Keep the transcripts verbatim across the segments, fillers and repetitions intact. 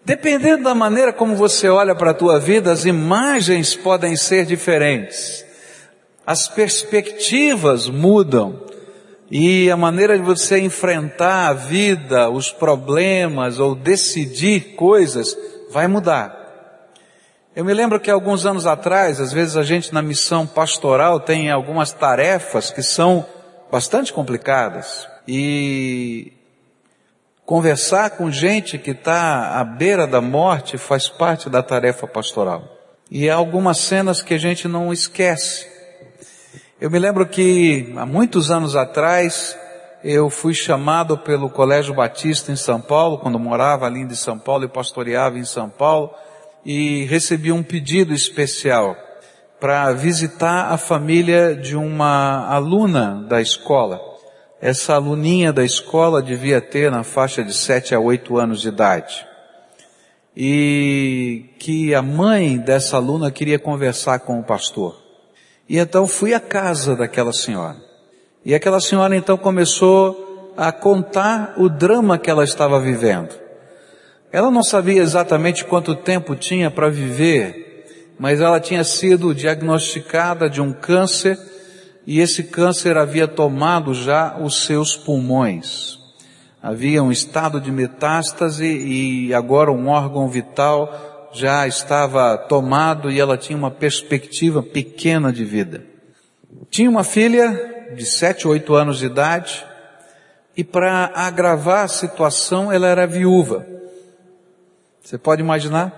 Dependendo da maneira como você olha para a tua vida, as imagens podem ser diferentes. As perspectivas mudam. E a maneira de você enfrentar a vida, os problemas ou decidir coisas vai mudar. Eu me lembro que alguns anos atrás, às vezes a gente na missão pastoral tem algumas tarefas que são bastante complicadas. E conversar com gente que está à beira da morte faz parte da tarefa pastoral. E há algumas cenas que a gente não esquece. Eu me lembro que há muitos anos atrás eu fui chamado pelo Colégio Batista em São Paulo, quando morava ali em São Paulo e pastoreava em São Paulo, e recebi um pedido especial para visitar a família de uma aluna da escola. Essa aluninha da escola devia ter na faixa de sete a oito anos de idade. E que a mãe dessa aluna queria conversar com o pastor. E então fui à casa daquela senhora. E aquela senhora então começou a contar o drama que ela estava vivendo. Ela não sabia exatamente quanto tempo tinha para viver, mas ela tinha sido diagnosticada de um câncer, e esse câncer havia tomado já os seus pulmões. Havia um estado de metástase e agora um órgão vital já estava tomado e ela tinha uma perspectiva pequena de vida. Tinha uma filha de sete, oito anos de idade e para agravar a situação ela era viúva. Você pode imaginar?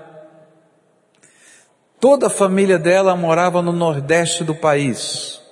Toda a família dela morava no nordeste do país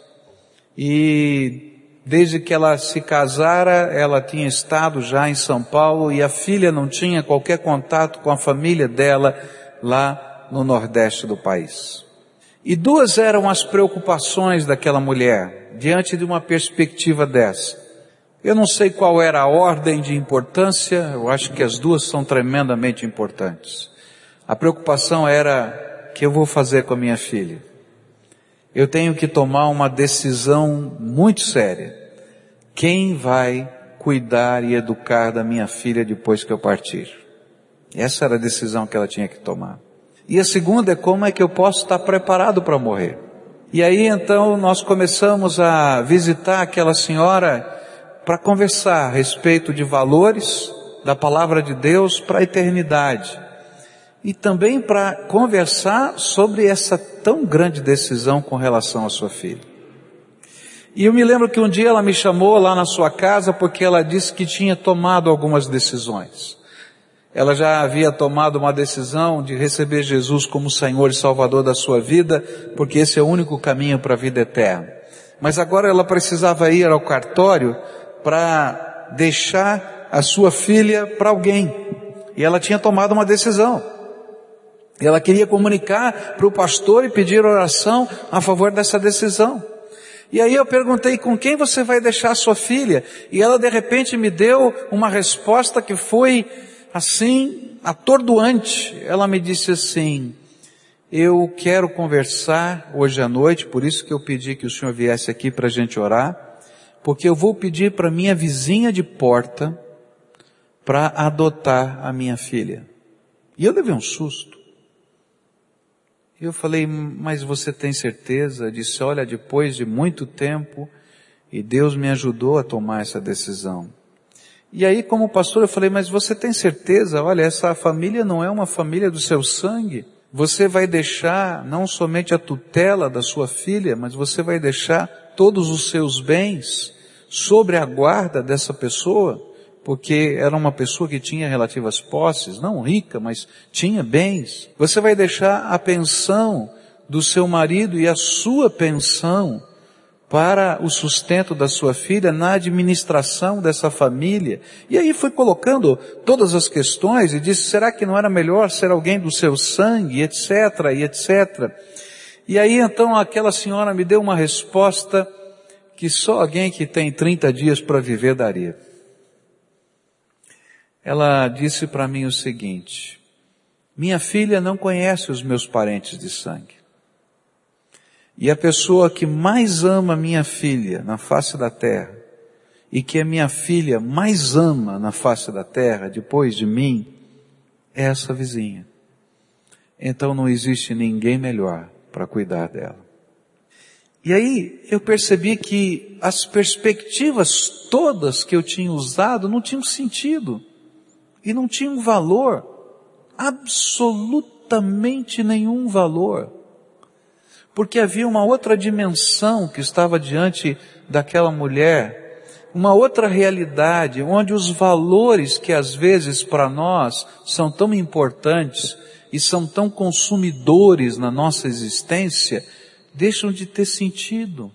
e desde que ela se casara ela tinha estado já em São Paulo e a filha não tinha qualquer contato com a família dela lá no nordeste do país. E duas eram as preocupações daquela mulher, diante de uma perspectiva dessa. Eu não sei qual era a ordem de importância, eu acho que as duas são tremendamente importantes. A preocupação era, o que eu vou fazer com a minha filha? Eu tenho que tomar uma decisão muito séria. Quem vai cuidar e educar da minha filha depois que eu partir? Essa era a decisão que ela tinha que tomar. E a segunda é como é que eu posso estar preparado para morrer. E aí então nós começamos a visitar aquela senhora para conversar a respeito de valores da palavra de Deus para a eternidade. E também para conversar sobre essa tão grande decisão com relação à sua filha. E eu me lembro que um dia ela me chamou lá na sua casa porque ela disse que tinha tomado algumas decisões. Ela já havia tomado uma decisão de receber Jesus como Senhor e Salvador da sua vida, porque esse é o único caminho para a vida eterna. Mas agora ela precisava ir ao cartório para deixar a sua filha para alguém. E ela tinha tomado uma decisão. E ela queria comunicar para o pastor e pedir oração a favor dessa decisão. E aí eu perguntei, com quem você vai deixar a sua filha? E ela de repente me deu uma resposta que foi assim, atordoante. Ela me disse assim, eu quero conversar hoje à noite, por isso que eu pedi que o senhor viesse aqui para a gente orar, porque eu vou pedir para minha vizinha de porta para adotar a minha filha. E eu levei um susto. E eu falei, mas você tem certeza? Disse, olha, depois de muito tempo, e Deus me ajudou a tomar essa decisão. E aí, como pastor, eu falei, mas você tem certeza? Olha, essa família não é uma família do seu sangue. Você vai deixar não somente a tutela da sua filha, mas você vai deixar todos os seus bens sobre a guarda dessa pessoa, porque era uma pessoa que tinha relativas posses, não rica, mas tinha bens. Você vai deixar a pensão do seu marido e a sua pensão para o sustento da sua filha na administração dessa família. E aí foi colocando todas as questões e disse, será que não era melhor ser alguém do seu sangue, etc, e etcétera. E aí então aquela senhora me deu uma resposta que só alguém que tem trinta dias para viver daria. Ela disse para mim o seguinte, minha filha não conhece os meus parentes de sangue. E a pessoa que mais ama minha filha na face da terra, e que a minha filha mais ama na face da terra, depois de mim, é essa vizinha. Então não existe ninguém melhor para cuidar dela. E aí eu percebi que as perspectivas todas que eu tinha usado não tinham sentido. E não tinham valor. Absolutamente nenhum valor. Porque havia uma outra dimensão que estava diante daquela mulher, uma outra realidade, onde os valores que às vezes para nós são tão importantes e são tão consumidores na nossa existência, deixam de ter sentido.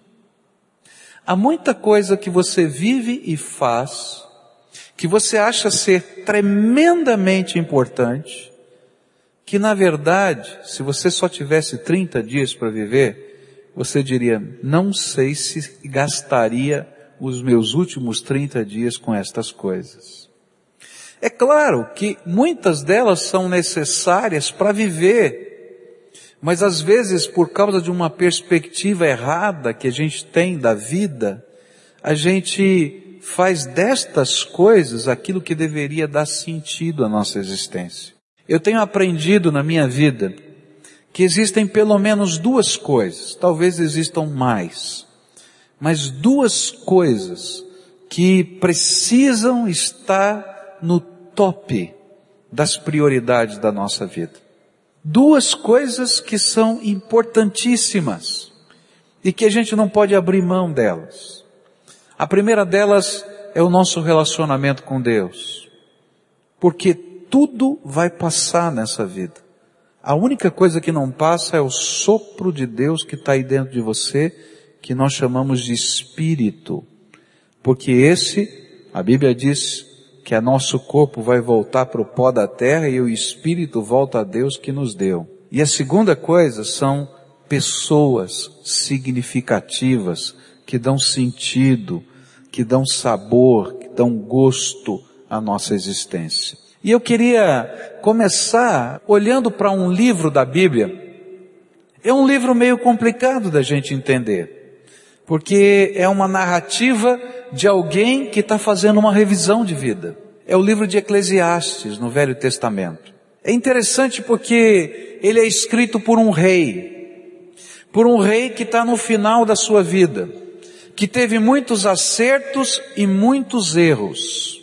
Há muita coisa que você vive e faz, que você acha ser tremendamente importante, que na verdade, se você só tivesse trinta dias para viver, você diria, não sei se gastaria os meus últimos trinta dias com estas coisas. É claro que muitas delas são necessárias para viver, mas às vezes por causa de uma perspectiva errada que a gente tem da vida, a gente faz destas coisas aquilo que deveria dar sentido à nossa existência. Eu tenho aprendido na minha vida que existem pelo menos duas coisas, talvez existam mais, mas duas coisas que precisam estar no top das prioridades da nossa vida. Duas coisas que são importantíssimas e que a gente não pode abrir mão delas. A primeira delas é o nosso relacionamento com Deus, porque tudo vai passar nessa vida. A única coisa que não passa é o sopro de Deus que está aí dentro de você, que nós chamamos de Espírito. Porque esse, a Bíblia diz que o nosso corpo vai voltar para o pó da terra e o Espírito volta a Deus que nos deu. E a segunda coisa são pessoas significativas, que dão sentido, que dão sabor, que dão gosto à nossa existência. E eu queria começar olhando para um livro da Bíblia. É um livro meio complicado da gente entender, porque é uma narrativa de alguém que está fazendo uma revisão de vida. É o livro de Eclesiastes, no Velho Testamento. É interessante porque ele é escrito por um rei, por um rei que está no final da sua vida, que teve muitos acertos e muitos erros.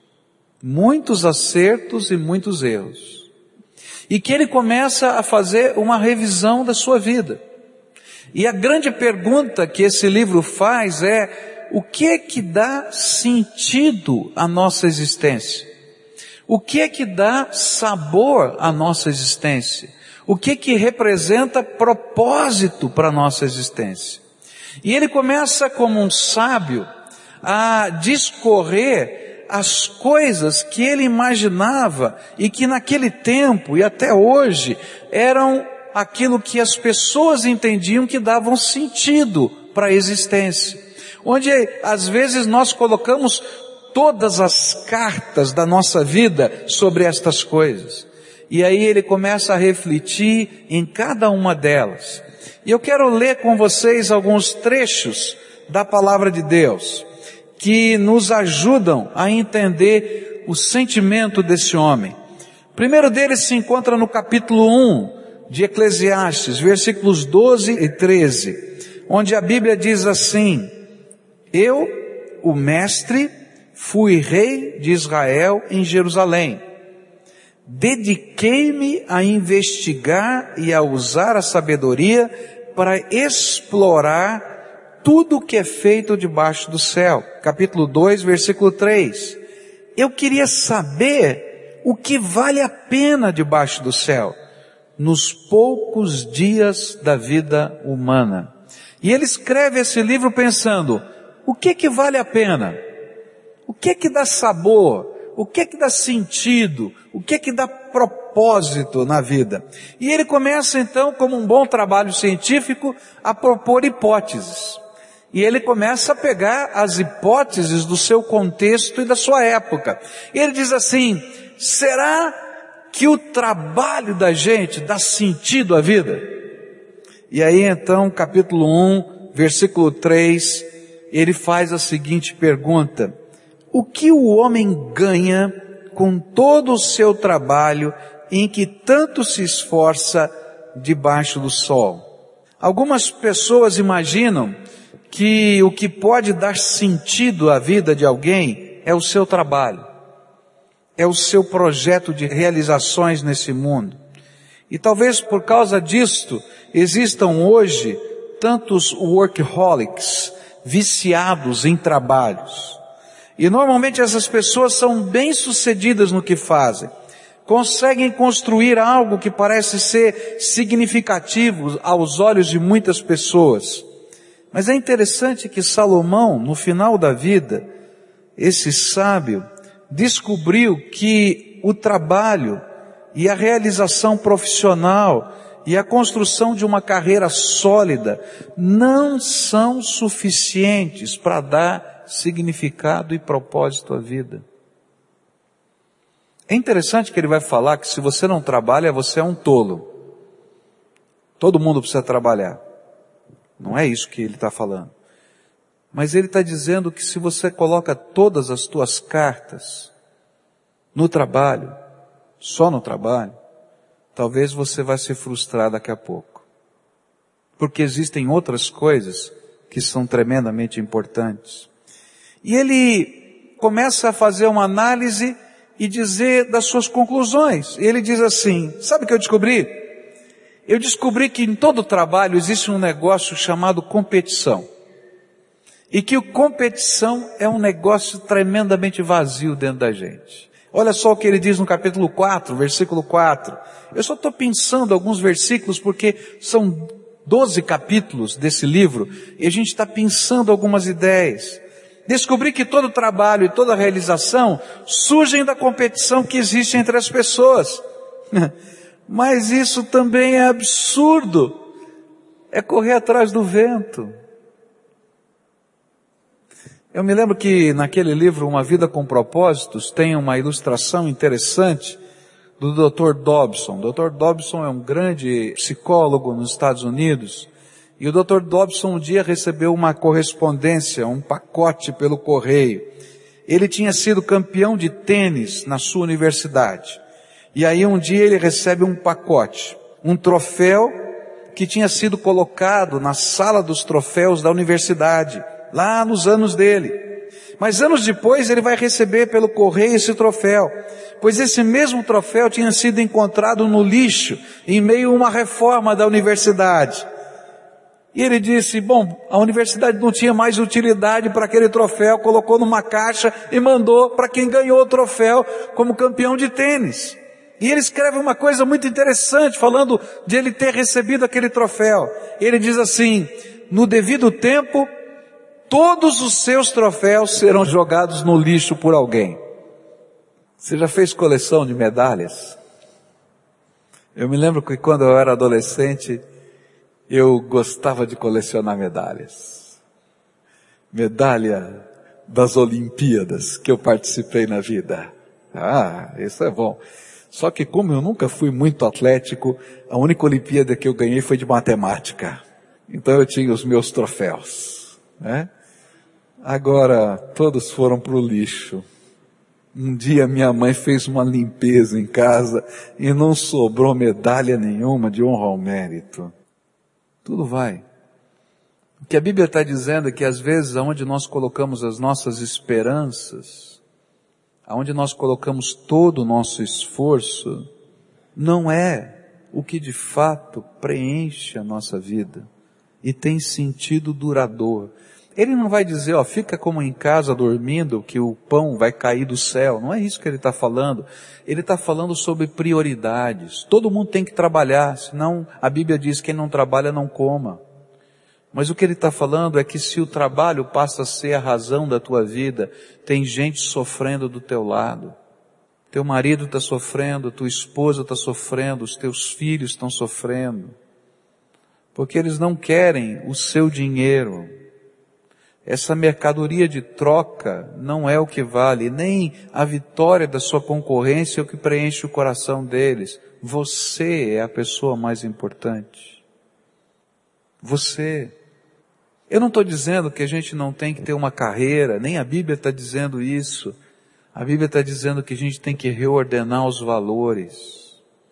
Muitos acertos e muitos erros. E que ele começa a fazer uma revisão da sua vida. E a grande pergunta que esse livro faz é, o que é que dá sentido à nossa existência? O que é que dá sabor à nossa existência? O que é que representa propósito para a nossa existência? E ele começa como um sábio a discorrer as coisas que ele imaginava e que naquele tempo e até hoje eram aquilo que as pessoas entendiam que davam sentido para a existência. Onde às vezes nós colocamos todas as cartas da nossa vida sobre estas coisas. E aí ele começa a refletir em cada uma delas. E eu quero ler com vocês alguns trechos da palavra de Deus, que nos ajudam a entender o sentimento desse homem. O primeiro deles se encontra no capítulo um de Eclesiastes, versículos doze e treze, onde a Bíblia diz assim: eu, o mestre, fui rei de Israel em Jerusalém. Dediquei-me a investigar e a usar a sabedoria para explorar tudo o que é feito debaixo do céu. Capítulo dois, versículo três. Eu queria saber o que vale a pena debaixo do céu, nos poucos dias da vida humana. E ele escreve esse livro pensando, o que que vale a pena? O que que dá sabor? O que que dá sentido? O que que dá propósito na vida? E ele começa então, como um bom trabalho científico, a propor hipóteses. E ele começa a pegar as hipóteses do seu contexto e da sua época. E ele diz assim, será que o trabalho da gente dá sentido à vida? E aí então, capítulo um, versículo três, ele faz a seguinte pergunta: o que o homem ganha com todo o seu trabalho em que tanto se esforça debaixo do sol. Algumas pessoas imaginam que o que pode dar sentido à vida de alguém é o seu trabalho, é o seu projeto de realizações nesse mundo. E talvez por causa disto existam hoje tantos workaholics, viciados em trabalhos. E normalmente essas pessoas são bem-sucedidas no que fazem. Conseguem construir algo que parece ser significativo aos olhos de muitas pessoas. Mas é interessante que Salomão, no final da vida, esse sábio, descobriu que o trabalho e a realização profissional e a construção de uma carreira sólida não são suficientes para dar significado e propósito à vida. É interessante que ele vai falar que se você não trabalha, você é um tolo. Todo mundo precisa trabalhar. Não é isso que ele está falando. Mas ele está dizendo que se você coloca todas as tuas cartas no trabalho, só no trabalho, talvez você vai se frustrar daqui a pouco. Porque existem outras coisas que são tremendamente importantes. E ele começa a fazer uma análise e dizer das suas conclusões. Ele diz assim, sabe o que eu descobri? Eu descobri que em todo trabalho existe um negócio chamado competição. E que a competição é um negócio tremendamente vazio dentro da gente. Olha só o que ele diz no capítulo quatro, versículo quatro. Eu só estou pensando alguns versículos porque são doze capítulos desse livro e a gente está pensando algumas ideias. Descobri que todo trabalho e toda realização surgem da competição que existe entre as pessoas. Mas isso também é absurdo. É correr atrás do vento. Eu me lembro que naquele livro, Uma Vida com Propósitos, tem uma ilustração interessante do doutor Dobson. O doutor Dobson é um grande psicólogo nos Estados Unidos. E o doutor Dobson um dia recebeu uma correspondência, um pacote pelo correio. Ele tinha sido campeão de tênis na sua universidade. E aí um dia ele recebe um pacote, um troféu que tinha sido colocado na sala dos troféus da universidade, lá nos anos dele. Mas anos depois ele vai receber pelo correio esse troféu, pois esse mesmo troféu tinha sido encontrado no lixo, em meio a uma reforma da universidade. E ele disse, bom, a universidade não tinha mais utilidade para aquele troféu, colocou numa caixa e mandou para quem ganhou o troféu como campeão de tênis. E ele escreve uma coisa muito interessante, falando de ele ter recebido aquele troféu. Ele diz assim, no devido tempo, todos os seus troféus serão jogados no lixo por alguém. Você já fez coleção de medalhas? Eu me lembro que quando eu era adolescente, eu gostava de colecionar medalhas. Medalha das Olimpíadas que eu participei na vida. Ah, isso é bom. Só que como eu nunca fui muito atlético, a única Olimpíada que eu ganhei foi de matemática. Então eu tinha os meus troféus, né? Agora, todos foram para o lixo. Um dia minha mãe fez uma limpeza em casa e não sobrou medalha nenhuma de honra ao mérito. Tudo vai. O que a Bíblia está dizendo é que às vezes aonde nós colocamos as nossas esperanças, aonde nós colocamos todo o nosso esforço, não é o que de fato preenche a nossa vida e tem sentido duradouro. Ele não vai dizer, ó, fica como em casa dormindo que o pão vai cair do céu. Não é isso que ele está falando. Ele está falando sobre prioridades. Todo mundo tem que trabalhar, senão a Bíblia diz que quem não trabalha não coma. Mas o que ele está falando é que se o trabalho passa a ser a razão da tua vida, tem gente sofrendo do teu lado. Teu marido está sofrendo, tua esposa está sofrendo, os teus filhos estão sofrendo. Porque eles não querem o seu dinheiro. Essa mercadoria de troca não é o que vale, nem a vitória da sua concorrência é o que preenche o coração deles. Você é a pessoa mais importante. Você. Eu não estou dizendo que a gente não tem que ter uma carreira, nem a Bíblia está dizendo isso. A Bíblia está dizendo que a gente tem que reordenar os valores.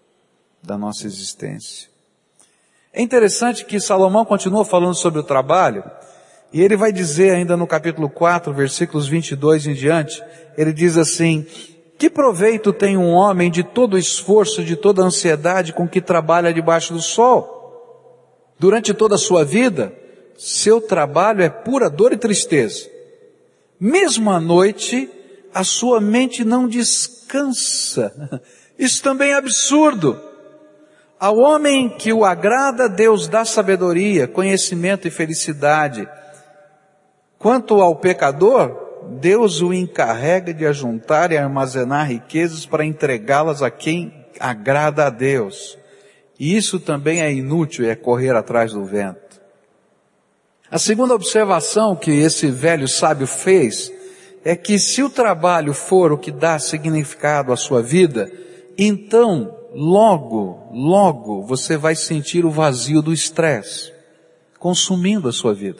da nossa existência. É interessante que Salomão continua falando sobre o trabalho, e ele vai dizer ainda no capítulo quatro, versículos vinte e dois em diante, ele diz assim: que proveito tem um homem de todo o esforço, de toda a ansiedade com que trabalha debaixo do sol? Durante toda a sua vida, seu trabalho é pura dor e tristeza. Mesmo à noite, a sua mente não descansa. Isso também é absurdo. Ao homem que o agrada, Deus dá sabedoria, conhecimento e felicidade. Quanto ao pecador, Deus o encarrega de ajuntar e armazenar riquezas para entregá-las a quem agrada a Deus. E isso também é inútil, é correr atrás do vento. A segunda observação que esse velho sábio fez é que se o trabalho for o que dá significado à sua vida, então logo, logo você vai sentir o vazio do estresse consumindo a sua vida.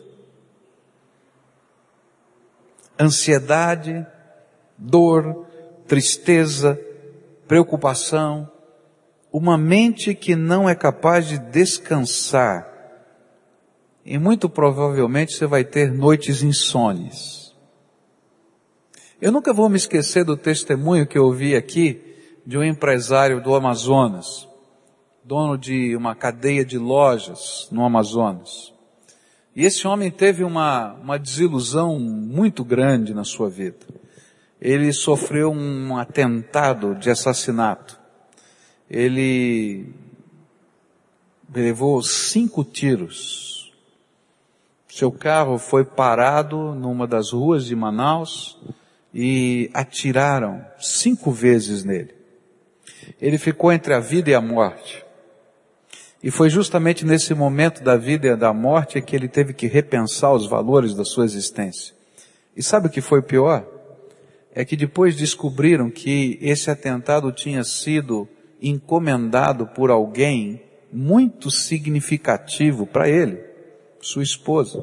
Ansiedade, dor, tristeza, preocupação, uma mente que não é capaz de descansar. E muito provavelmente você vai ter noites insones. Eu nunca vou me esquecer do testemunho que eu ouvi aqui de um empresário do Amazonas, dono de uma cadeia de lojas no Amazonas. E esse homem teve uma, uma desilusão muito grande na sua vida. Ele sofreu um atentado de assassinato. Ele levou cinco tiros. Seu carro foi parado numa das ruas de Manaus e atiraram cinco vezes nele. Ele ficou entre a vida e a morte. E foi justamente nesse momento da vida e da morte que ele teve que repensar os valores da sua existência. E sabe o que foi pior? É que depois descobriram que esse atentado tinha sido encomendado por alguém muito significativo para ele, sua esposa.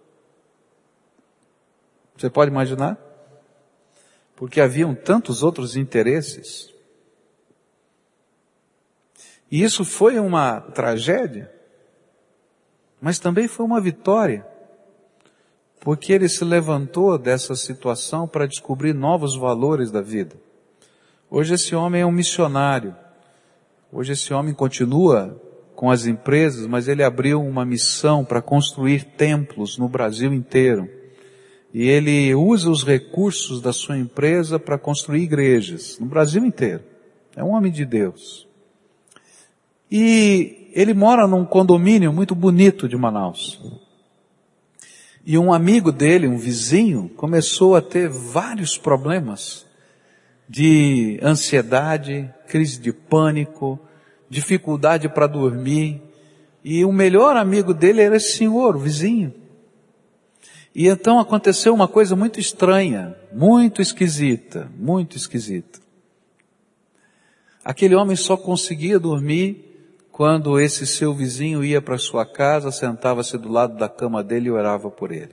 Você pode imaginar? Porque haviam tantos outros interesses. E isso foi uma tragédia, mas também foi uma vitória, porque ele se levantou dessa situação para descobrir novos valores da vida. Hoje esse homem é um missionário, hoje esse homem continua com as empresas, mas ele abriu uma missão para construir templos no Brasil inteiro. E ele usa os recursos da sua empresa para construir igrejas no Brasil inteiro. É um homem de Deus. E ele mora num condomínio muito bonito de Manaus. E um amigo dele, um vizinho, começou a ter vários problemas de ansiedade, crise de pânico, dificuldade para dormir. E o melhor amigo dele era esse senhor, o vizinho. E então aconteceu uma coisa muito estranha, muito esquisita, muito esquisita. Aquele homem só conseguia dormir quando esse seu vizinho ia para sua casa, sentava-se do lado da cama dele e orava por ele.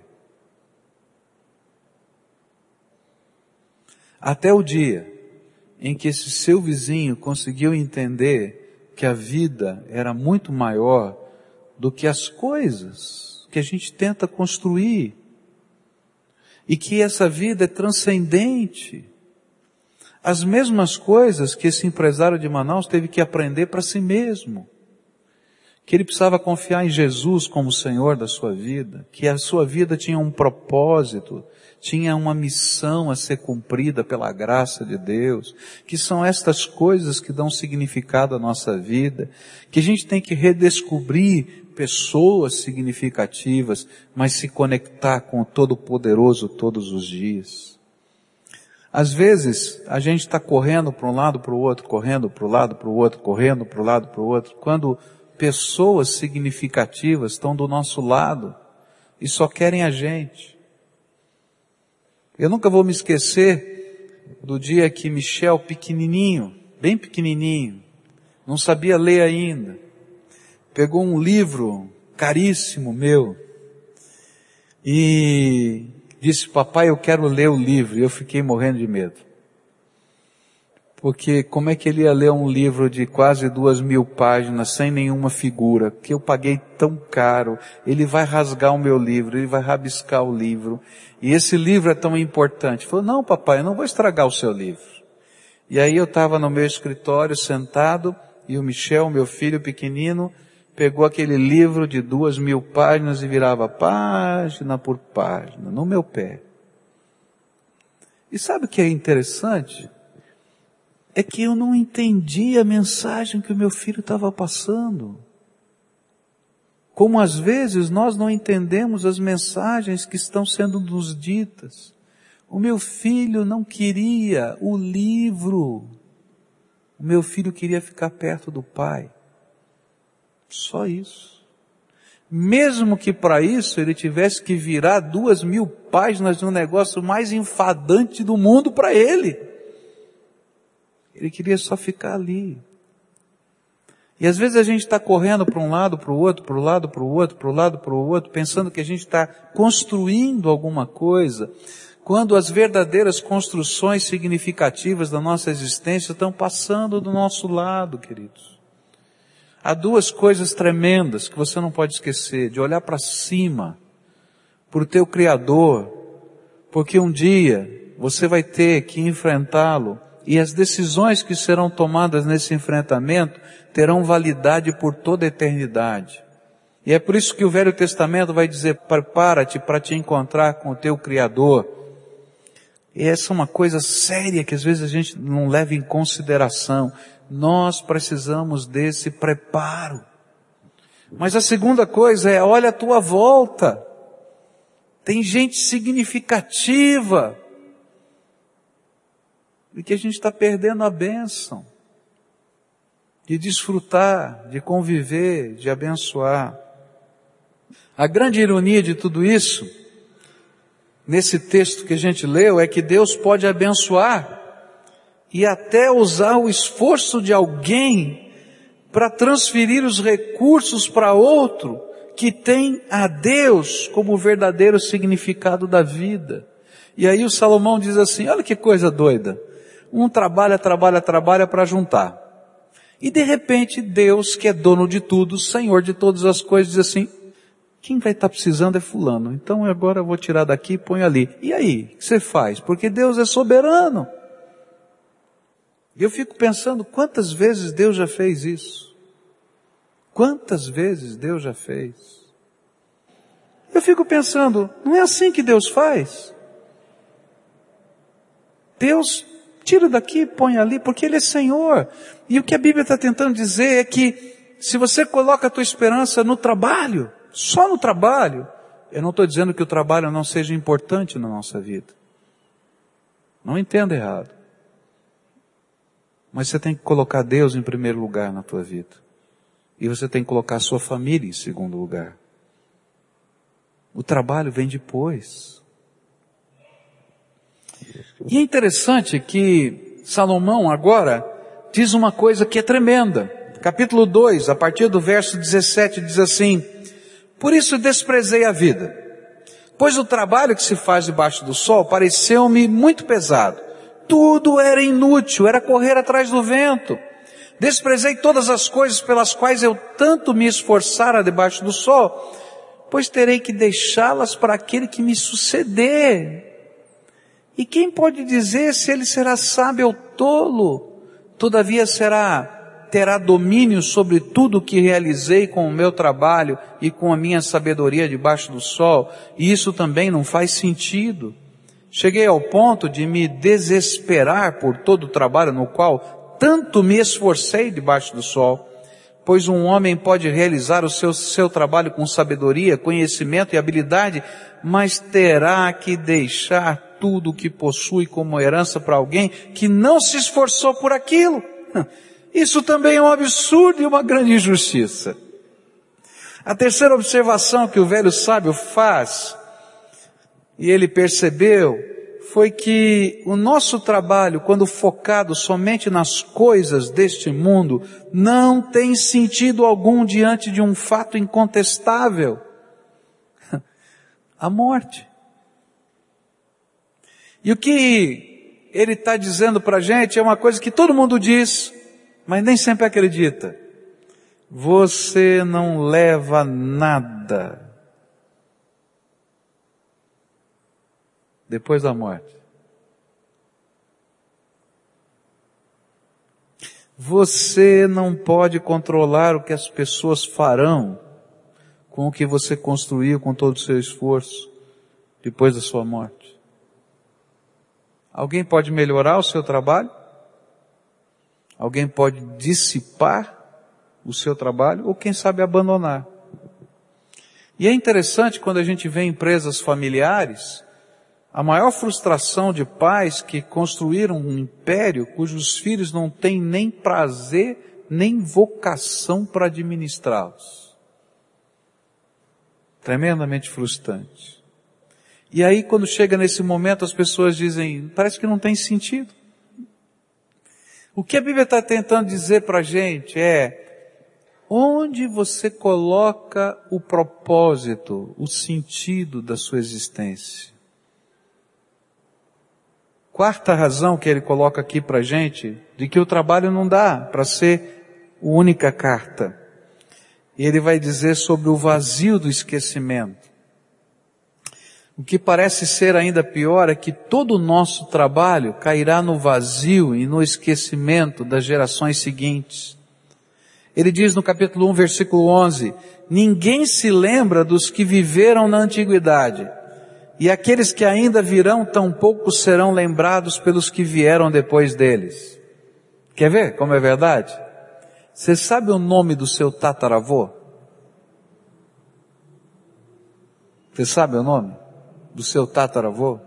Até o dia em que esse seu vizinho conseguiu entender que a vida era muito maior do que as coisas que a gente tenta construir. E que essa vida é transcendente. As mesmas coisas que esse empresário de Manaus teve que aprender para si mesmo. Que ele precisava confiar em Jesus como Senhor da sua vida, que a sua vida tinha um propósito, tinha uma missão a ser cumprida pela graça de Deus, que são estas coisas que dão significado à nossa vida, que a gente tem que redescobrir pessoas significativas, mas se conectar com o Todo-Poderoso todos os dias. Às vezes, a gente está correndo para um lado para o outro, correndo para o lado para o outro, correndo para o lado para o outro, quando pessoas significativas estão do nosso lado e só querem a gente. Eu nunca vou me esquecer do dia que Michel, pequenininho, bem pequenininho, não sabia ler ainda, pegou um livro caríssimo meu e disse: papai, eu quero ler o livro. E eu fiquei morrendo de medo. Porque como é que ele ia ler um livro de quase duas mil páginas sem nenhuma figura, que eu paguei tão caro? Ele vai rasgar o meu livro, ele vai rabiscar o livro. E esse livro é tão importante. Ele falou, não papai, eu não vou estragar o seu livro. E aí eu estava no meu escritório sentado, e o Michel, meu filho pequenino, pegou aquele livro de duas mil páginas e virava página por página, no meu pé. E sabe o que é interessante? É que eu não entendi a mensagem que o meu filho estava passando. Como às vezes nós não entendemos as mensagens que estão sendo nos ditas. O meu filho não queria o livro. O meu filho queria ficar perto do pai. Só isso. Mesmo que para isso ele tivesse que virar duas mil páginas de um negócio mais enfadante do mundo para ele. Ele queria só ficar ali. E às vezes a gente está correndo para um lado, para o outro, para o lado, para o outro, para o lado, para o outro, pensando que a gente está construindo alguma coisa, quando as verdadeiras construções significativas da nossa existência estão passando do nosso lado, queridos. Há duas coisas tremendas que você não pode esquecer, de olhar para cima, para o teu Criador, porque um dia você vai ter que enfrentá-lo, e as decisões que serão tomadas nesse enfrentamento terão validade por toda a eternidade. E é por isso que o Velho Testamento vai dizer, prepara-te para te encontrar com o teu Criador. E essa é uma coisa séria que às vezes a gente não leva em consideração. Nós precisamos desse preparo. Mas a segunda coisa é, olha a tua volta. Tem gente significativa. E que a gente está perdendo a bênção de desfrutar, de conviver, de abençoar. A grande ironia de tudo isso, nesse texto que a gente leu, é que Deus pode abençoar e até usar o esforço de alguém para transferir os recursos para outro que tem a Deus como o verdadeiro significado da vida. E aí o Salomão diz assim, olha que coisa doida. Um trabalha, trabalha, trabalha para juntar. E de repente Deus, que é dono de tudo, Senhor de todas as coisas, diz assim, quem vai estar precisando é fulano. Então agora eu vou tirar daqui e ponho ali. E aí, o que você faz? Porque Deus é soberano. E eu fico pensando, quantas vezes Deus já fez isso? Quantas vezes Deus já fez? Eu fico pensando, não é assim que Deus faz? Deus tira daqui, põe ali, porque Ele é Senhor. E o que a Bíblia está tentando dizer é que, se você coloca a tua esperança no trabalho, só no trabalho, eu não estou dizendo que o trabalho não seja importante na nossa vida. Não entenda errado. Mas você tem que colocar Deus em primeiro lugar na tua vida. E você tem que colocar a sua família em segundo lugar. O trabalho vem depois. E é interessante que Salomão agora diz uma coisa que é tremenda. Capítulo dois, a partir do verso dezessete, diz assim, por isso desprezei a vida, pois o trabalho que se faz debaixo do sol pareceu-me muito pesado. Tudo era inútil, era correr atrás do vento. Desprezei todas as coisas pelas quais eu tanto me esforçara debaixo do sol, pois terei que deixá-las para aquele que me suceder. E quem pode dizer se ele será sábio ou tolo? Todavia será, terá domínio sobre tudo o que realizei com o meu trabalho e com a minha sabedoria debaixo do sol. E isso também não faz sentido. Cheguei ao ponto de me desesperar por todo o trabalho no qual tanto me esforcei debaixo do sol. Pois um homem pode realizar o seu, seu trabalho com sabedoria, conhecimento e habilidade, mas terá que deixar tudo o que possui como herança para alguém que não se esforçou por aquilo. Isso também é um absurdo e uma grande injustiça. A terceira observação que o velho sábio faz, e ele percebeu, foi que o nosso trabalho, quando focado somente nas coisas deste mundo, não tem sentido algum diante de um fato incontestável: a morte. E o que ele está dizendo para a gente é uma coisa que todo mundo diz, mas nem sempre acredita. Você não leva nada depois da morte. Você não pode controlar o que as pessoas farão com o que você construiu com todo o seu esforço depois da sua morte. Alguém pode melhorar o seu trabalho? Alguém pode dissipar o seu trabalho? Ou quem sabe abandonar? E é interessante quando a gente vê empresas familiares, a maior frustração de pais que construíram um império cujos filhos não têm nem prazer, nem vocação para administrá-los. Tremendamente frustrante. E aí quando chega nesse momento as pessoas dizem, parece que não tem sentido. O que a Bíblia está tentando dizer para a gente é, onde você coloca o propósito, o sentido da sua existência? Quarta razão que ele coloca aqui para a gente, de que o trabalho não dá para ser a única carta. E ele vai dizer sobre o vazio do esquecimento. O que parece ser ainda pior é que todo o nosso trabalho cairá no vazio e no esquecimento das gerações seguintes. Ele diz no capítulo um, versículo onze, ninguém se lembra dos que viveram na antiguidade, e aqueles que ainda virão tampouco serão lembrados pelos que vieram depois deles. Quer ver como é verdade? Você sabe o nome do seu tataravô? Você sabe o nome do seu tataravô?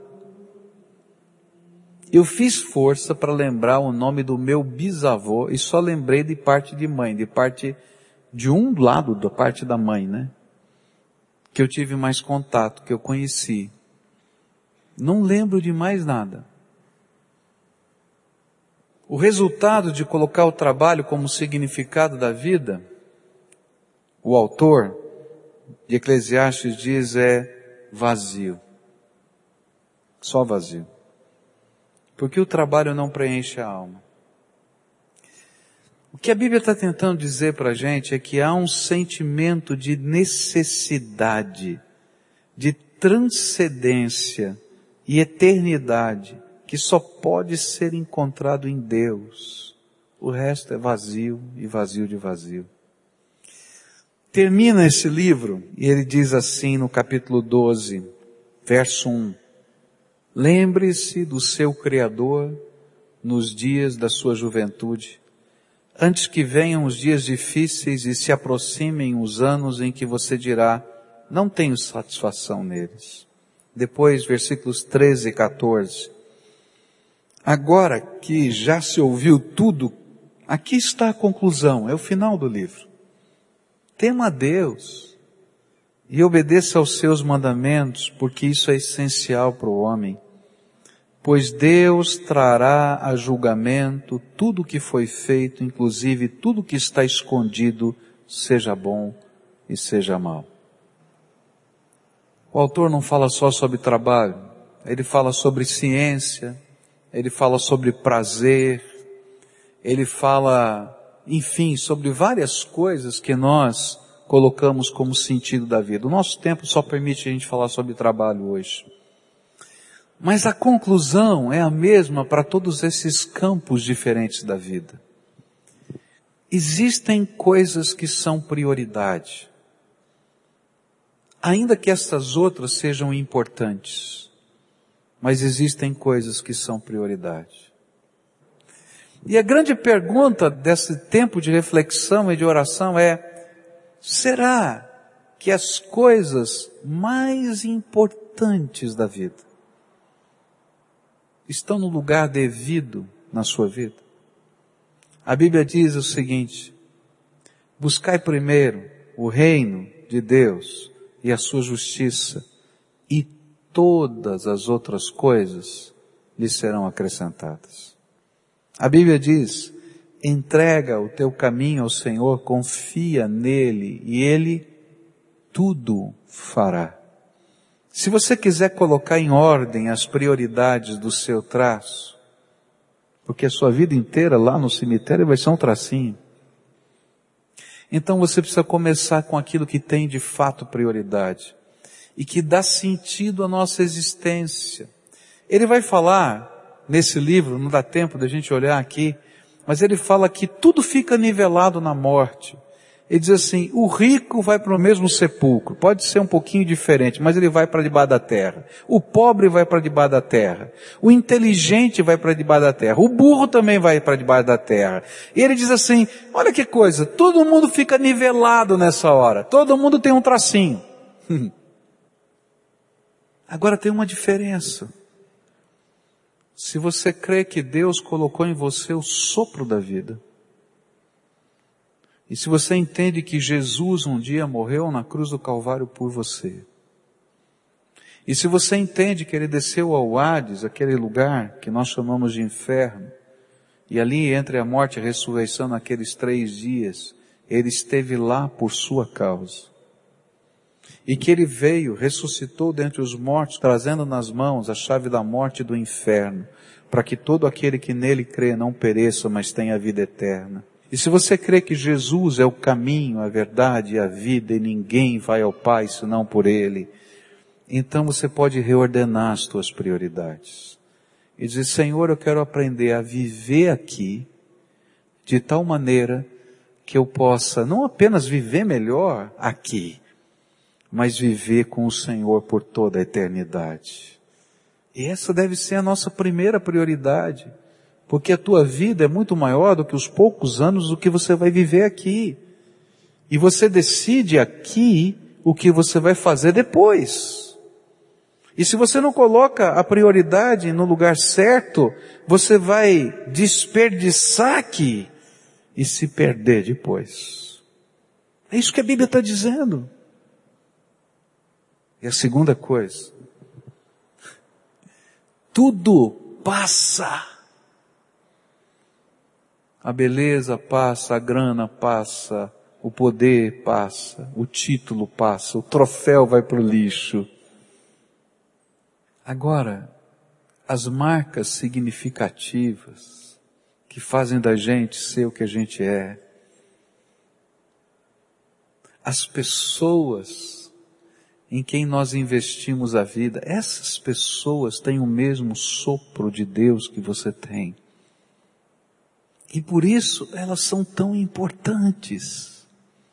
Eu fiz força para lembrar o nome do meu bisavô e só lembrei de parte de mãe, de parte de um lado da parte da mãe, né? Que eu tive mais contato, que eu conheci. Não lembro de mais nada. O resultado de colocar o trabalho como significado da vida, o autor de Eclesiastes diz é vazio. Só vazio. Porque o trabalho não preenche a alma. O que a Bíblia está tentando dizer para a gente é que há um sentimento de necessidade, de transcendência e eternidade que só pode ser encontrado em Deus. O resto é vazio e vazio de vazio. Termina esse livro e ele diz assim no capítulo doze, verso um. Lembre-se do seu Criador nos dias da sua juventude, antes que venham os dias difíceis e se aproximem os anos em que você dirá, não tenho satisfação neles. Depois, versículos treze e quatorze. Agora que já se ouviu tudo, aqui está a conclusão, é o final do livro. Tema a Deus e obedeça aos seus mandamentos, porque isso é essencial para o homem. Pois Deus trará a julgamento tudo o que foi feito, inclusive tudo que está escondido, seja bom e seja mal. O autor não fala só sobre trabalho, ele fala sobre ciência, ele fala sobre prazer, ele fala, enfim, sobre várias coisas que nós colocamos como sentido da vida. O nosso tempo só permite a gente falar sobre trabalho hoje. Mas a conclusão é a mesma para todos esses campos diferentes da vida. Existem coisas que são prioridade. Ainda que essas outras sejam importantes, mas existem coisas que são prioridade. E a grande pergunta desse tempo de reflexão e de oração é, será que as coisas mais importantes da vida estão no lugar devido na sua vida? A Bíblia diz o seguinte, buscai primeiro o reino de Deus e a sua justiça, e todas as outras coisas lhe serão acrescentadas. A Bíblia diz, entrega o teu caminho ao Senhor, confia nele, e ele tudo fará. Se você quiser colocar em ordem as prioridades do seu traço, Porque a sua vida inteira lá no cemitério vai ser um tracinho. Então você precisa começar com aquilo que tem de fato prioridade. E que dá sentido à nossa existência. Ele vai falar, nesse livro, não dá tempo da gente olhar aqui, mas ele fala que tudo fica nivelado na morte. Ele diz assim, o rico vai para o mesmo sepulcro, pode ser um pouquinho diferente, mas ele vai para debaixo da terra. O pobre vai para debaixo da terra. O inteligente vai para debaixo da terra. O burro também vai para debaixo da terra. E ele diz assim, olha que coisa, todo mundo fica nivelado nessa hora. Todo mundo tem um tracinho. Agora tem uma diferença. Se você crê que Deus colocou em você o sopro da vida, e se você entende que Jesus um dia morreu na cruz do Calvário por você, e se você entende que Ele desceu ao Hades, aquele lugar que nós chamamos de inferno, e ali entre a morte e a ressurreição naqueles três dias, Ele esteve lá por sua causa, e que Ele veio, ressuscitou dentre os mortos, trazendo nas mãos a chave da morte e do inferno, para que todo aquele que nele crê não pereça, mas tenha a vida eterna. E se você crê que Jesus é o caminho, a verdade e a vida, e ninguém vai ao Pai senão por Ele, então você pode reordenar as tuas prioridades. E dizer, Senhor, eu quero aprender a viver aqui, de tal maneira que eu possa não apenas viver melhor aqui, mas viver com o Senhor por toda a eternidade. E essa deve ser a nossa primeira prioridade. Porque a tua vida é muito maior do que os poucos anos do que você vai viver aqui. E você decide aqui o que você vai fazer depois. E se você não coloca a prioridade no lugar certo, você vai desperdiçar aqui e se perder depois. É isso que a Bíblia está dizendo. E a segunda coisa, tudo passa. A beleza passa, a grana passa, o poder passa, o título passa, o troféu vai para o lixo. Agora, as marcas significativas que fazem da gente ser o que a gente é, as pessoas em quem nós investimos a vida, essas pessoas têm o mesmo sopro de Deus que você tem. E por isso elas são tão importantes.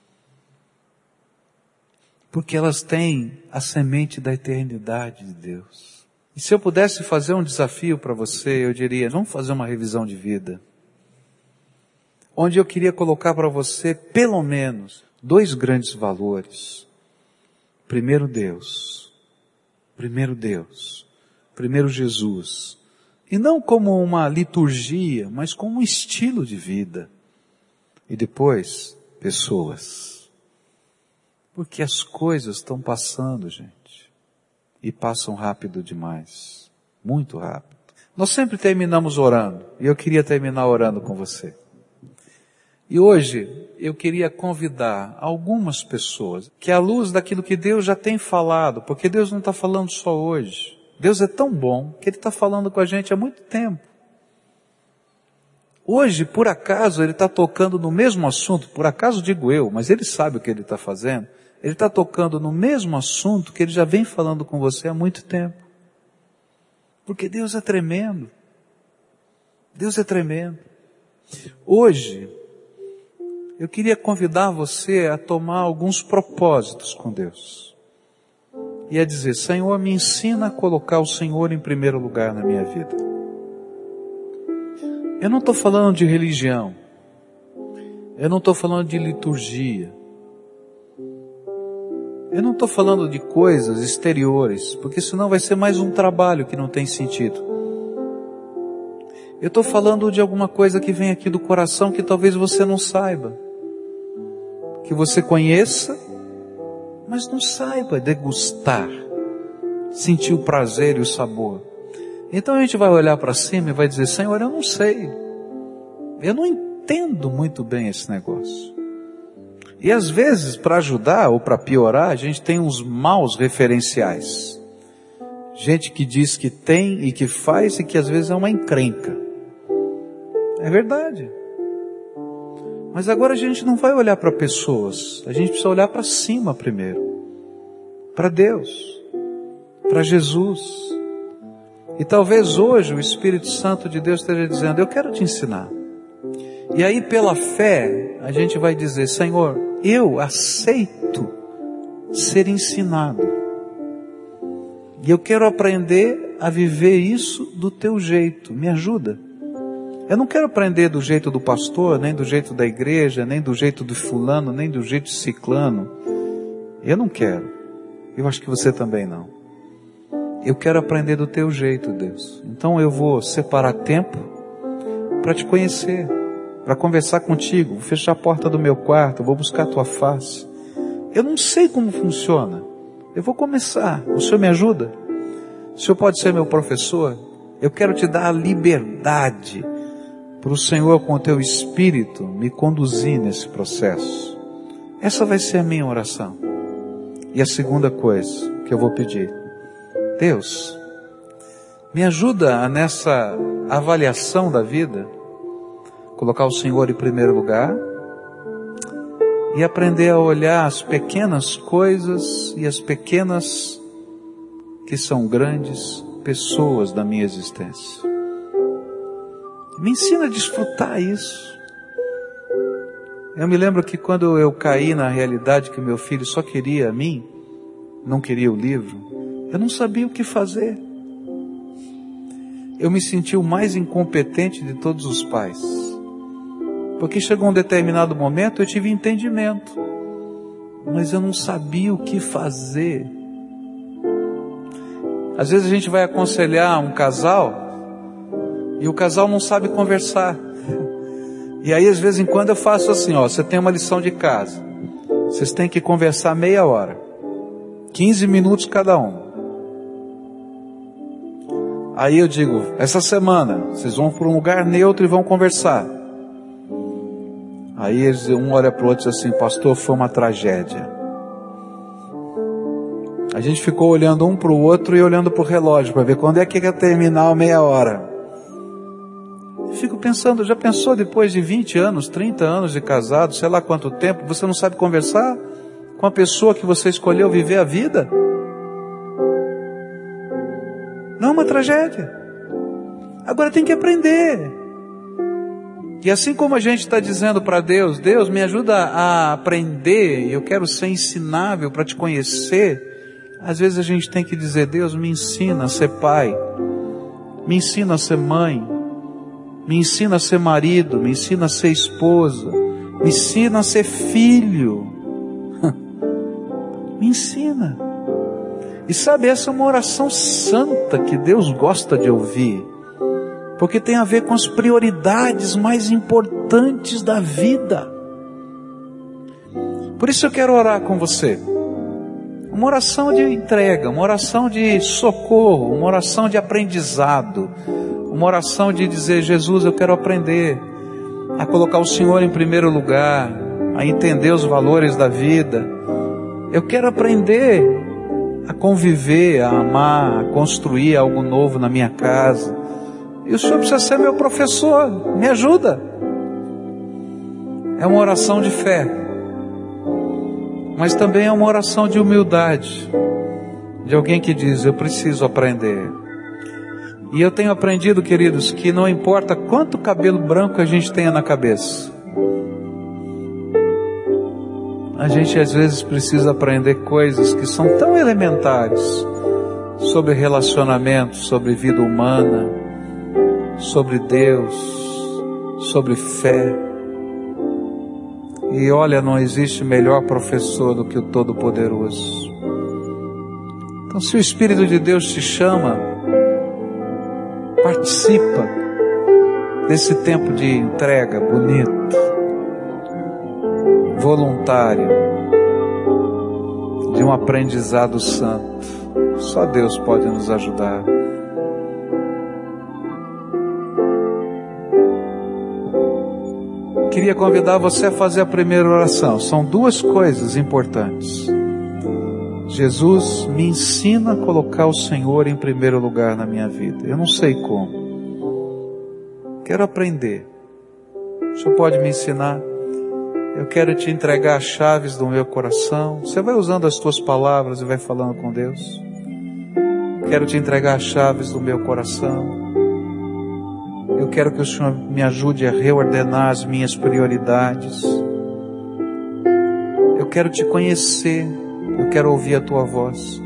Porque elas têm a semente da eternidade de Deus. E se eu pudesse fazer um desafio para você, eu diria, vamos fazer uma revisão de vida. Onde eu queria colocar para você, pelo menos, dois grandes valores. Primeiro Deus. Primeiro Deus. Primeiro Jesus. E não como uma liturgia, mas como um estilo de vida. E depois, pessoas. Porque as coisas estão passando, gente. E passam rápido demais. Muito rápido. Nós sempre terminamos orando. E eu queria terminar orando com você. E hoje, eu queria convidar algumas pessoas que à luz daquilo que Deus já tem falado, porque Deus não está falando só hoje. Deus é tão bom que Ele está falando com a gente há muito tempo. Hoje, por acaso, Ele está tocando no mesmo assunto, por acaso digo eu, mas Ele sabe o que Ele está fazendo. Ele está tocando no mesmo assunto que Ele já vem falando com você há muito tempo. Porque Deus é tremendo. Deus é tremendo. Hoje, eu queria convidar você a tomar alguns propósitos com Deus. E a dizer, Senhor, me ensina a colocar o Senhor em primeiro lugar na minha vida. Eu não estou falando de religião. Eu não estou falando de liturgia. Eu não estou falando de coisas exteriores, porque senão vai ser mais um trabalho que não tem sentido. Eu estou falando de alguma coisa que vem aqui do coração que talvez você não saiba. Que você conheça, mas não saiba degustar, sentir o prazer e o sabor. Então a gente vai olhar para cima e vai dizer, Senhor, eu não sei. Eu não entendo muito bem esse negócio. E às vezes, para ajudar ou para piorar, a gente tem uns maus referenciais. Gente que diz que tem e que faz e que às vezes é uma encrenca. é verdade. Mas agora a gente não vai olhar para pessoas, a gente precisa olhar para cima primeiro, para Deus, para Jesus. E talvez hoje o Espírito Santo de Deus esteja dizendo, eu quero te ensinar. E aí pela fé a gente vai dizer, Senhor, eu aceito ser ensinado. E eu quero aprender a viver isso do teu jeito, me ajuda. Eu não quero aprender do jeito do pastor, nem do jeito da igreja, nem do jeito do fulano, nem do jeito de ciclano. Eu não quero. Eu acho que você também não. Eu quero aprender do teu jeito, Deus. Então eu vou separar tempo para te conhecer, para conversar contigo, vou fechar a porta do meu quarto, vou buscar a tua face. Eu não sei como funciona. Eu vou começar. O Senhor me ajuda? O Senhor pode ser meu professor? Eu quero te dar a liberdade para o Senhor, com o teu Espírito, me conduzir nesse processo. Essa vai ser a minha oração. E a segunda coisa que eu vou pedir, Deus, me ajuda a, nessa avaliação da vida, colocar o Senhor em primeiro lugar e aprender a olhar as pequenas coisas e as pequenas que são grandes pessoas da minha existência. Me ensina a desfrutar isso. Eu me lembro que quando eu caí na realidade que meu filho só queria a mim, não queria o livro, eu não sabia o que fazer. Eu me senti o mais incompetente de todos os pais. Porque chegou um determinado momento, eu tive entendimento, mas eu não sabia o que fazer. Às vezes a gente vai aconselhar um casal, e o casal não sabe conversar. E aí, às vezes em quando eu faço assim, ó, você tem uma lição de casa. Vocês têm que conversar meia hora. quinze minutos cada um. Aí eu digo, essa semana, vocês vão para um lugar neutro e vão conversar. Aí eles, um olha para o outro e diz assim, pastor, foi uma tragédia. A gente ficou olhando um para o outro e olhando para o relógio, para ver quando é que ia terminar a meia hora. Fico pensando, já pensou depois de vinte anos, trinta anos de casado, sei lá quanto tempo, você não sabe conversar com a pessoa que você escolheu viver a vida? Não é uma tragédia. Agora tem que aprender. E assim como a gente está dizendo para Deus, Deus me ajuda a aprender, eu quero ser ensinável para te conhecer, às vezes a gente tem que dizer, Deus me ensina a ser pai, me ensina a ser mãe, me ensina a ser marido, me ensina a ser esposa, me ensina a ser filho. Me ensina. E sabe, essa é uma oração santa que Deus gosta de ouvir, porque tem a ver com as prioridades mais importantes da vida. Por isso eu quero orar com você. Uma oração de entrega, uma oração de socorro, uma oração de aprendizado, uma oração de dizer, Jesus, eu quero aprender a colocar o Senhor em primeiro lugar, a entender os valores da vida. Eu quero aprender a conviver, a amar, a construir algo novo na minha casa. E o Senhor precisa ser meu professor, me ajuda. É uma oração de fé, mas também é uma oração de humildade, de alguém que diz, eu preciso aprender. E eu tenho aprendido, queridos, que não importa quanto cabelo branco a gente tenha na cabeça, a gente às vezes precisa aprender coisas que são tão elementares, sobre relacionamento, sobre vida humana, sobre Deus, sobre fé. E olha, não existe melhor professor do que o Todo-Poderoso. Então, se o Espírito de Deus te chama, participa desse tempo de entrega bonito, voluntário, de um aprendizado santo. Só Deus pode nos ajudar. Queria convidar você a fazer a primeira oração. São duas coisas importantes. Jesus, me ensina a colocar o Senhor em primeiro lugar na minha vida. Eu não sei como. Quero aprender. O Senhor pode me ensinar? Eu quero te entregar as chaves do meu coração. Você vai usando as tuas palavras e vai falando com Deus. Quero te entregar as chaves do meu coração. Eu quero que o Senhor me ajude a reordenar as minhas prioridades. Eu quero te conhecer. Eu quero ouvir a tua voz.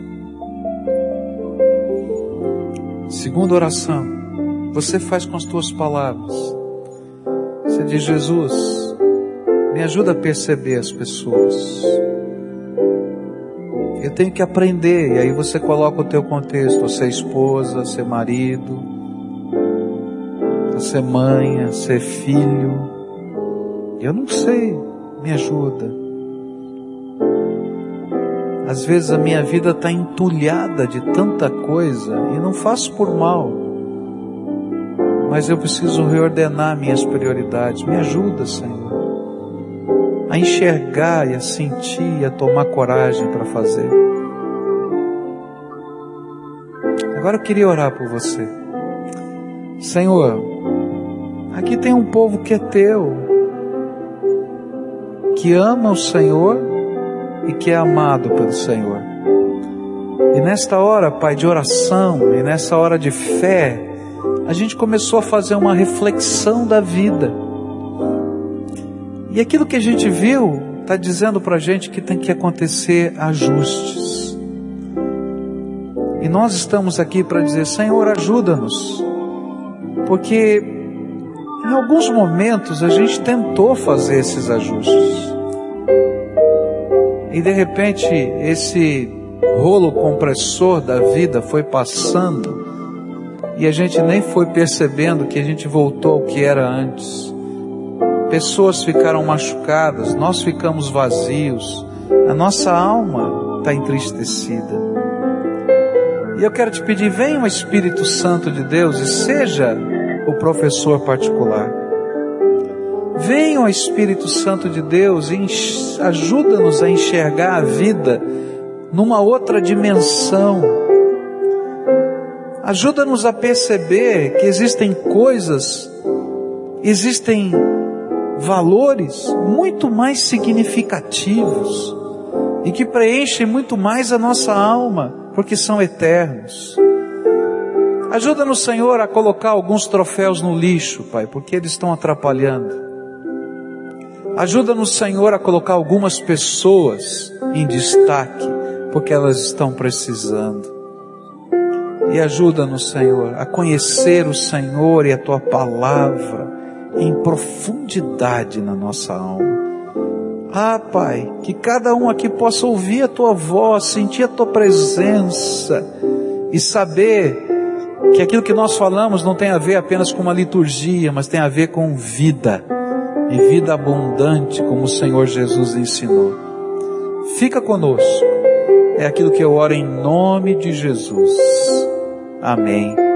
Segunda oração, você faz com as tuas palavras. Você diz: Jesus, me ajuda a perceber as pessoas. Eu tenho que aprender. E aí você coloca o teu contexto: a ser esposa, a ser marido, a ser mãe, a ser filho. Eu não sei, me ajuda. Às vezes a minha vida está entulhada de tanta coisa e não faço por mal, mas eu preciso reordenar minhas prioridades. Me ajuda, Senhor, a enxergar e a sentir e a tomar coragem para fazer. Agora eu queria orar por você. Senhor, aqui tem um povo que é teu, que ama o Senhor e que é amado pelo Senhor. E nesta hora, Pai, de oração, e nessa hora de fé, a gente começou a fazer uma reflexão da vida. E aquilo que a gente viu está dizendo para a gente que tem que acontecer ajustes. E nós estamos aqui para dizer: Senhor, ajuda-nos, porque em alguns momentos a gente tentou fazer esses ajustes. E de repente esse rolo compressor da vida foi passando e a gente nem foi percebendo que a gente voltou ao que era antes. Pessoas ficaram machucadas, nós ficamos vazios, a nossa alma está entristecida. E eu quero te pedir: venha o Espírito Santo de Deus e seja o professor particular. Venha o Espírito Santo de Deus e ajuda-nos a enxergar a vida numa outra dimensão. Ajuda-nos a perceber que existem coisas, existem valores muito mais significativos e que preenchem muito mais a nossa alma, porque são eternos. Ajuda-nos, Senhor, a colocar alguns troféus no lixo, Pai, porque eles estão atrapalhando. Ajuda-nos, Senhor, a colocar algumas pessoas em destaque, porque elas estão precisando. E ajuda-nos, Senhor, a conhecer o Senhor e a Tua Palavra em profundidade na nossa alma. Ah, Pai, que cada um aqui possa ouvir a Tua voz, sentir a Tua presença e saber que aquilo que nós falamos não tem a ver apenas com uma liturgia, mas tem a ver com vida. E vida abundante, como o Senhor Jesus ensinou. Fica conosco. É aquilo que eu oro em nome de Jesus. Amém.